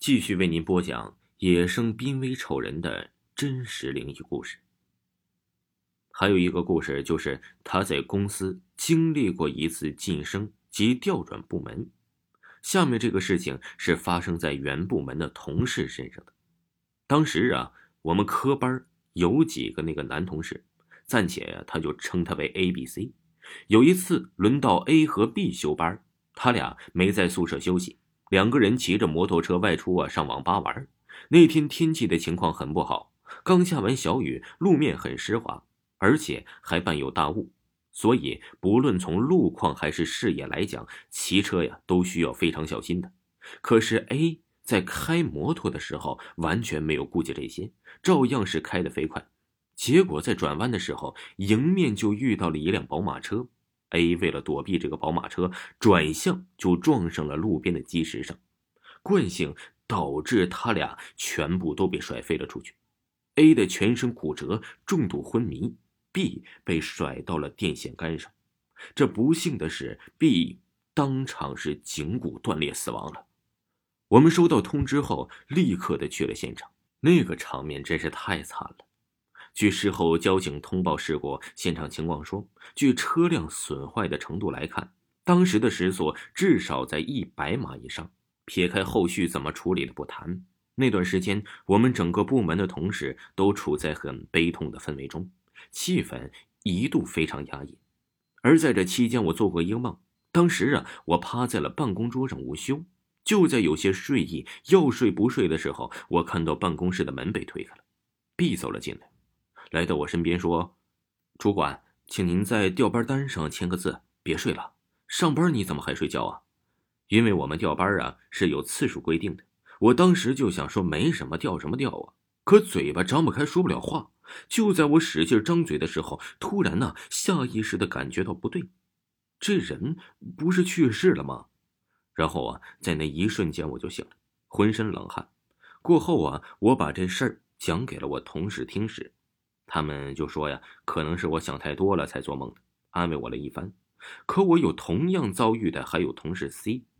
继续为您播讲野生濒危丑人的真实灵异故事。还有一个故事，就是他在公司经历过一次晋升及调转部门。下面这个事情是发生在原部门的同事身上的。当时我们科班有几个那个男同事，暂且他就称他为 A、B、C。有一次轮到 A 和 B 休班，他俩没在宿舍休息，两个人骑着摩托车外出上网吧玩。那天天气的情况很不好，刚下完小雨，路面很湿滑，而且还伴有大雾，所以不论从路况还是视野来讲，骑车都需要非常小心的。可是 A 在开摩托的时候完全没有顾及这些，照样是开得飞快。结果在转弯的时候，迎面就遇到了一辆宝马车。A 为了躲避这个宝马车，转向就撞上了路边的基石上，惯性导致他俩全部都被甩飞了出去。A 的全身骨折，重度昏迷， B 被甩到了电线杆上。这不幸的是 B 当场是颈骨断裂死亡了。我们收到通知后立刻的去了现场，那个场面真是太惨了。据事后交警通报事故现场情况说，据车辆损坏的程度来看，当时的时速至少在100码以上。撇开后续怎么处理的不谈，那段时间我们整个部门的同事都处在很悲痛的氛围中，气氛一度非常压抑。而在这期间，我做过一个梦，当时我趴在了办公桌上午休，就在有些睡意要睡不睡的时候，我看到办公室的门被推开了， B 走了进来，来到我身边说：主管，请您在调班单上签个字，别睡了，上班你怎么还睡觉啊？因为我们调班是有次数规定的。我当时就想说没什么，调什么调可嘴巴张不开，说不了话。就在我使劲张嘴的时候，突然下意识的感觉到不对，这人不是去世了吗？然后在那一瞬间我就醒了，浑身冷汗。过后我把这事儿讲给了我同事听时，他们就说可能是我想太多了才做梦的，安慰我了一番。可我有同样遭遇的还有同事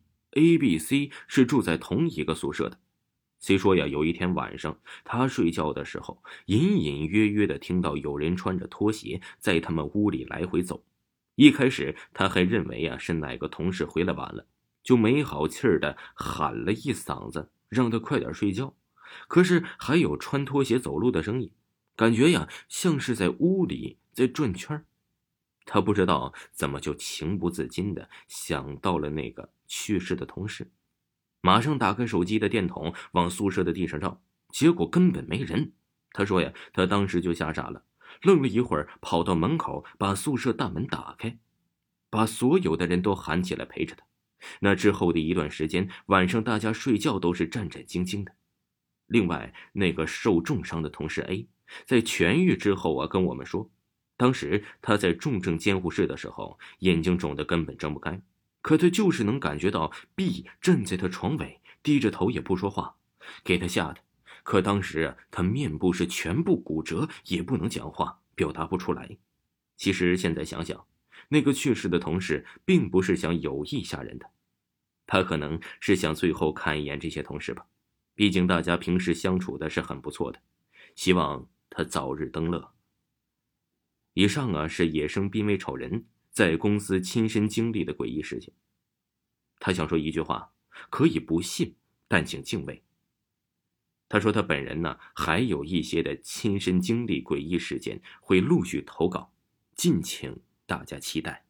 C。A、B、C 是住在同一个宿舍的。C 说有一天晚上他睡觉的时候，隐隐约约的听到有人穿着拖鞋在他们屋里来回走。一开始他还认为是哪个同事回来晚了，就没好气儿的喊了一嗓子，让他快点睡觉。可是还有穿拖鞋走路的声音，感觉像是在屋里在转圈。他不知道怎么就情不自禁的想到了那个去世的同事，马上打开手机的电筒往宿舍的地上照，结果根本没人。他说他当时就吓傻了，愣了一会儿，跑到门口把宿舍大门打开，把所有的人都喊起来陪着他。那之后的一段时间，晚上大家睡觉都是战战兢兢的。另外那个受重伤的同事 A 在痊愈之后跟我们说，当时他在重症监护室的时候，眼睛肿得根本睁不开，可他就是能感觉到 B 站在他床尾，低着头也不说话，给他吓的。可当时他面部是全部骨折，也不能讲话，表达不出来。其实现在想想，那个去世的同事并不是想有意吓人的，他可能是想最后看一眼这些同事吧，毕竟大家平时相处的是很不错的，希望他早日登乐。以上是野生濒危丑人在公司亲身经历的诡异事情。他想说一句话，可以不信，但请敬畏。他说他本人还有一些的亲身经历诡异事件会陆续投稿，敬请大家期待。